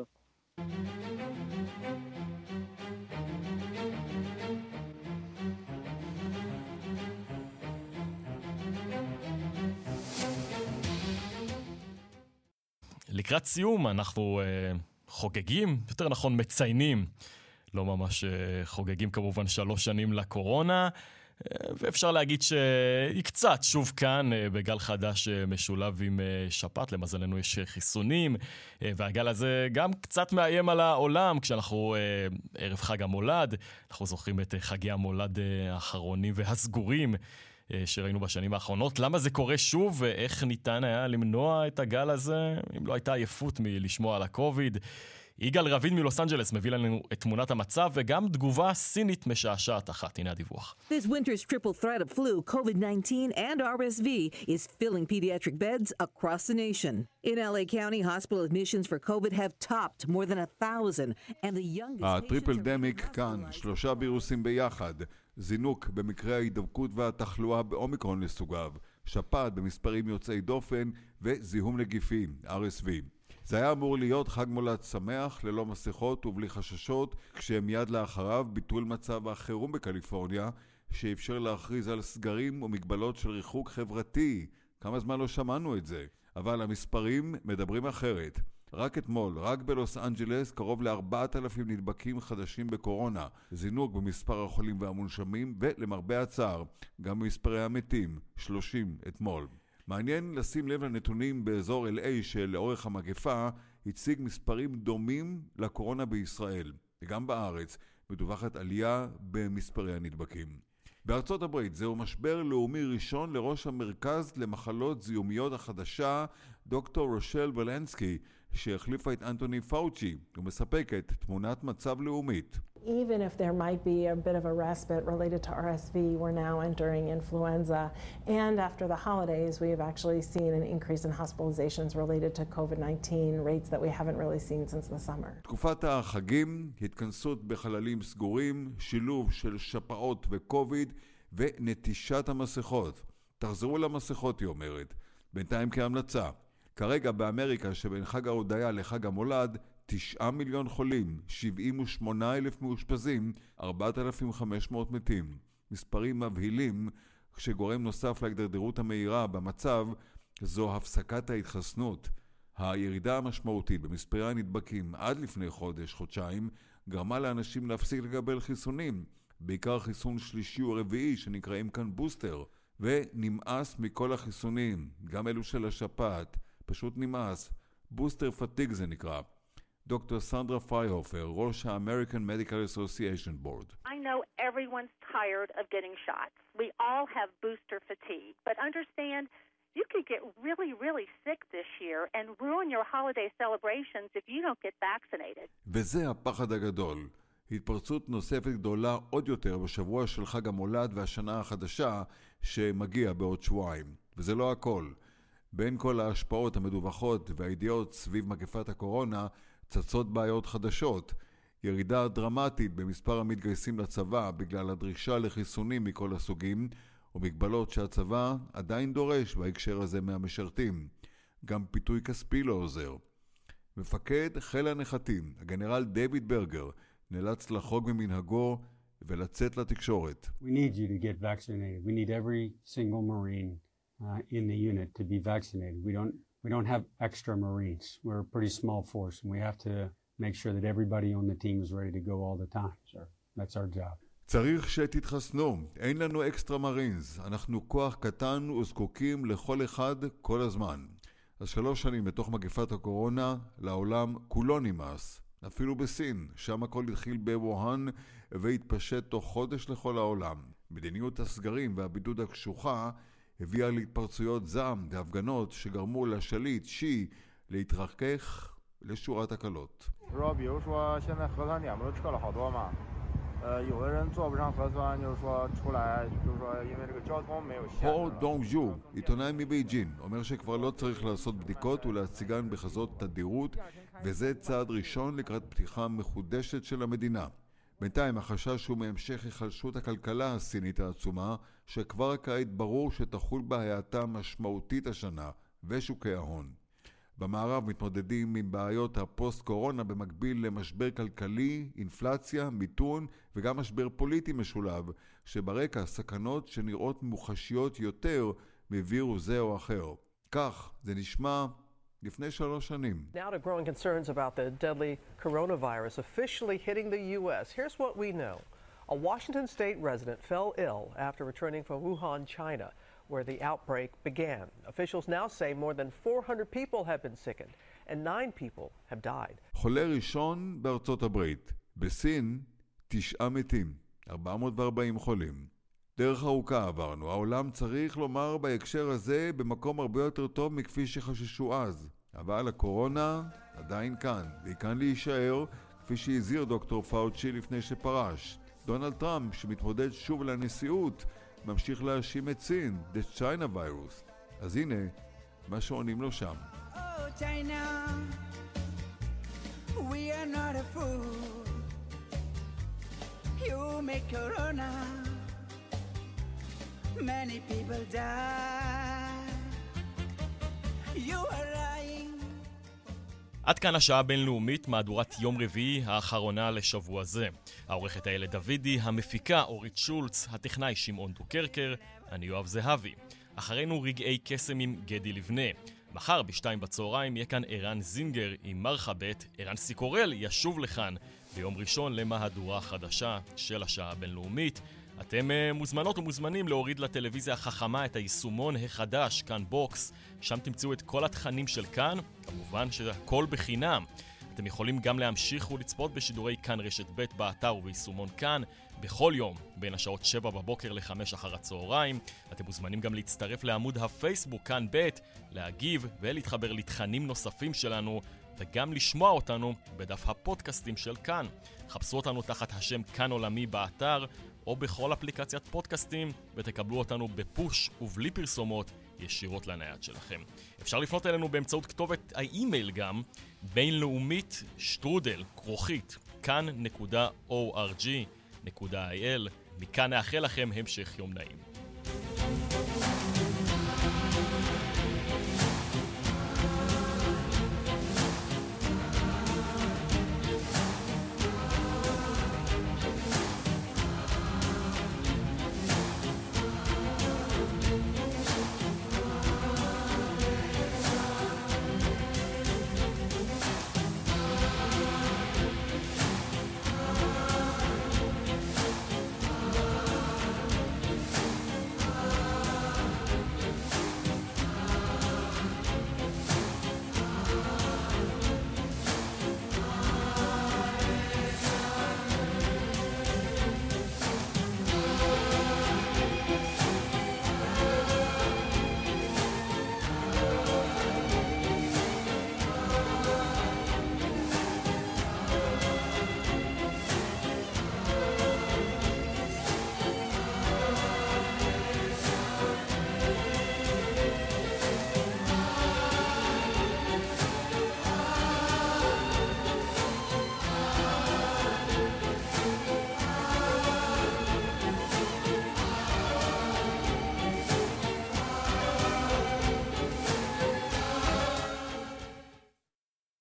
לקראת סיום אנחנו uh, חוגגים, יותר נכון מציינים, לא ממש uh, חוגגים כמובן שלוש שנים לקורונה, uh, ואפשר להגיד שהיא קצת שוב כאן uh, בגל חדש uh, משולב עם uh, שפעת, למזלנו יש חיסונים, uh, והגל הזה גם קצת מאיים על העולם, כשאנחנו uh, ערב חג המולד, אנחנו זוכרים את uh, חגי המולד uh, האחרונים והסגורים, שראינו בשנים האחרונות. למה זה קורה שוב ואיך ניתן היה למנוע את הגל הזה אם לא הייתה עייפות מלשמוע על הקוביד? יגאל רביד מלוס אנג'לס מביא לנו את תמונת המצב וגם תגובה סינית משעשעת אחת. הנה הדיווח. This winter's triple threat of flu, COVID nineteen and R S V is filling pediatric beds across the nation. In L A County, hospital admissions for COVID have topped more than a thousand and the youngest... הטריפל דמיק כאן, שלושה וירוסים ביחד. זינוק במקרה ההידבקות והתחלואה באומיקרון לסוגיו, שפעת במספרים יוצאי דופן וזיהום נגיפי, R S V. זה היה אמור להיות חג מולד שמח, ללא מסכות ובלי חששות, כשמיד לאחריו ביטול מצב החירום בקליפורניה, שאפשר להכריז על סגרים ומגבלות של ריחוק חברתי. כמה זמן לא שמענו את זה? אבל המספרים מדברים אחרת. רק אתמול, רק בלוס אנג'לס, קרוב ל-ארבעת אלפים נדבקים חדשים בקורונה, זינוק במספר החולים והמונשמים, ולמרבה הצער, גם במספרי המתים, שלושים אתמול. מעניין לשים לב לנתונים באזור אל איי שלאורך המגפה הציג מספרים דומים לקורונה בישראל, וגם בארץ מדווחת עלייה במספרי הנדבקים. בארצות הברית זהו משבר לאומי ראשון לראש המרכז למחלות זיהומיות החדשה, דוקטור רושל ולנסקי, שהחליפה את אנטוני פאוצ'י ומספקת תמונת מצב לאומית. Even if there might be a bit of a respite related to R S V, we're now entering influenza. And after the holidays, we have actually seen an increase in hospitalizations related to COVID nineteen, rates that we haven't really seen since the summer. תקופת החגים, התכנסות בחללים סגורים, שילוב של שפעות וקוביד ונטישת המסכות. תחזרו למסכות, היא אומרת. בינתיים כהמלצה. כרגע באמריקה שבין חג ההודיה לחג המולד, תשעה מיליון חולים, שבעים ושמונה אלף מאושפזים, ארבעת אלפים וחמש מאות מתים. מספרים מבהילים, כשגורם נוסף להגדרדרות המהירה במצב, זו הפסקת ההתחסנות. הירידה המשמעותית במספרי הנדבקים עד לפני חודש, חודשיים, גרמה לאנשים להפסיק לקבל חיסונים, בעיקר חיסון שלישי ורביעי שנקראים כאן בוסטר, ונמאס מכל החיסונים, גם אלו של השפעת, פשוט נמאס. בוסטר פטיג זה נקרא. דוקטור סנדרה פרייהופר, ראש ה-American Medical Association Board. I know everyone's tired of getting shots. We all have booster fatigue. But understand, you could get really, really sick this year and ruin your holiday celebrations if you don't get vaccinated. וזה הפחד הגדול. התפרצות נוספת גדולה עוד יותר בשבוע של חג המולד והשנה החדשה שמגיע בעוד שבועיים. וזה לא הכל. בין כל ההשפעות המדווחות והידיעות סביב מגפת הקורונה, צצות בעיות חדשות. ירידה דרמטית במספר המתגייסים לצבא בגלל הדרישה לחיסונים מכל הסוגים, ומגבלות שהצבא עדיין דורש בהקשר הזה מהמשרתים. גם פיתוי כספי לא עוזר. מפקד חיל הנחתים, הגנרל דיוויד ברגר, נאלץ לחרוג ממנהגו ולצאת לתקשורת. We need you to get vaccinated. We need every single Marine uh, in the unit to be vaccinated. We don't we don't have extra Marines. We're a pretty small force and we have to make sure that everybody on the team is ready to go all the time. Sure. That's our job. צריך שתתחסנו. אין לנו אקסטרה מרינס. אנחנו כוח קטן וזקוקים לכל אחד כל הזמן. אז שלוש שנים בתוך מגפת הקורונה, לעולם כולו נמאס. אפילו בסין, שם הכל התחיל בווהאן והתפשט תוך חודש לכל העולם. מדיניות הסגרים והבידוד הקשוחה הביאה להתפרצויות זעם והפגנות שגרמו לשליט שי להתרחק לשורת הקלות. 比如说比如说现在核酸点不是撤了好多嘛 有的人做不上核酸就是说出来就是说因为这个交通没有限制 הו דונג ז'ו, עיתונאי מבייג'ין, אומר שכבר לא צריך לעשות בדיקות ולהציגן בכזאת תדירות, וזה צעד ראשון לקראת פתיחה מחודשת של המדינה. בינתיים החשש הוא מהמשך היחלשות הכלכלה הסינית העצומה, שכבר כעת ברור שתחול בה האטה משמעותית השנה, ושוקי ההון. במערב מתמודדים עם בעיות הפוסט-קורונה במקביל למשבר כלכלי, אינפלציה, מיתון וגם משבר פוליטי משולב, שברקע סכנות שנראות מוחשיות יותר מווירוס זה או אחר. כך זה נשמע לפני שלוש שנים. Now to growing concerns about the deadly coronavirus officially hitting the U S. Here's what we know. A Washington state resident fell ill after returning from Wuhan, China, where the outbreak began. Officials now say more than four hundred people have been sickened and nine people have died. חולה ראשון בארצות הברית. בסין, תשעה מתים. ארבע מאות וארבעים חולים. דרך ארוכה עברנו. העולם צריך לומר בהקשר הזה במקום הרבה יותר טוב מכפי שחששו אז. אבל הקורונה עדיין כאן. והיא כאן להישאר, כפי שהזהיר דוקטור פאוצ'י לפני שפרש. דונלד טראמפ, שמתמודד שוב לנשיאות, ממשיך להאשים את סין, the China virus. אז הנה, מה שעונים לו שם. Oh, China, we are not a fool. You make corona, many people die. You are lying. עד כאן השעה הבינלאומית, מהדורת יום רביעי האחרונה לשבוע זה. העורכת איילת דוידי, המפיקה אורית שולץ, הטכנאי שמעון דוקרקר, אני יואב זהבי. אחרינו רגעי קסם עם גדי לבנה. מחר בשתיים בצהריים יהיה כאן ערן זינגר עם מרחבת. ערן סיקורל ישוב לכאן ביום ראשון למהדורה חדשה של השעה הבינלאומית. אתם מוזמנות ומוזמנים להוריד לטלוויזיה החכמה את היישומון החדש, כאן בוקס. שם תמצאו את כל התכנים של כאן, כמובן שהכל בחינם. אתם יכולים גם להמשיך ולצפות בשידורי כאן רשת ב' באתר וביישומון כאן בכל יום בין השעות שבע בבוקר לחמש אחר הצהריים. אתם מוזמנים גם להצטרף לעמוד הפייסבוק כאן ב', להגיב ולהתחבר לתכנים נוספים שלנו וגם לשמוע אותנו בדף הפודקאסטים של כאן. חפשו אותנו תחת השם כאן עולמי באתר או בכל אפליקציית פודקאסטים ותקבלו אותנו בפוש ובלי פרסומות ישירות לנייד שלכם. אפשר לפנות אלינו באמצעות כתובת האימייל גם, בינלאומית שטרודל כרוכית כאן נקודה או אר ג'י נקודה איי אל. מכאן נאחל לכם המשך יום נעים.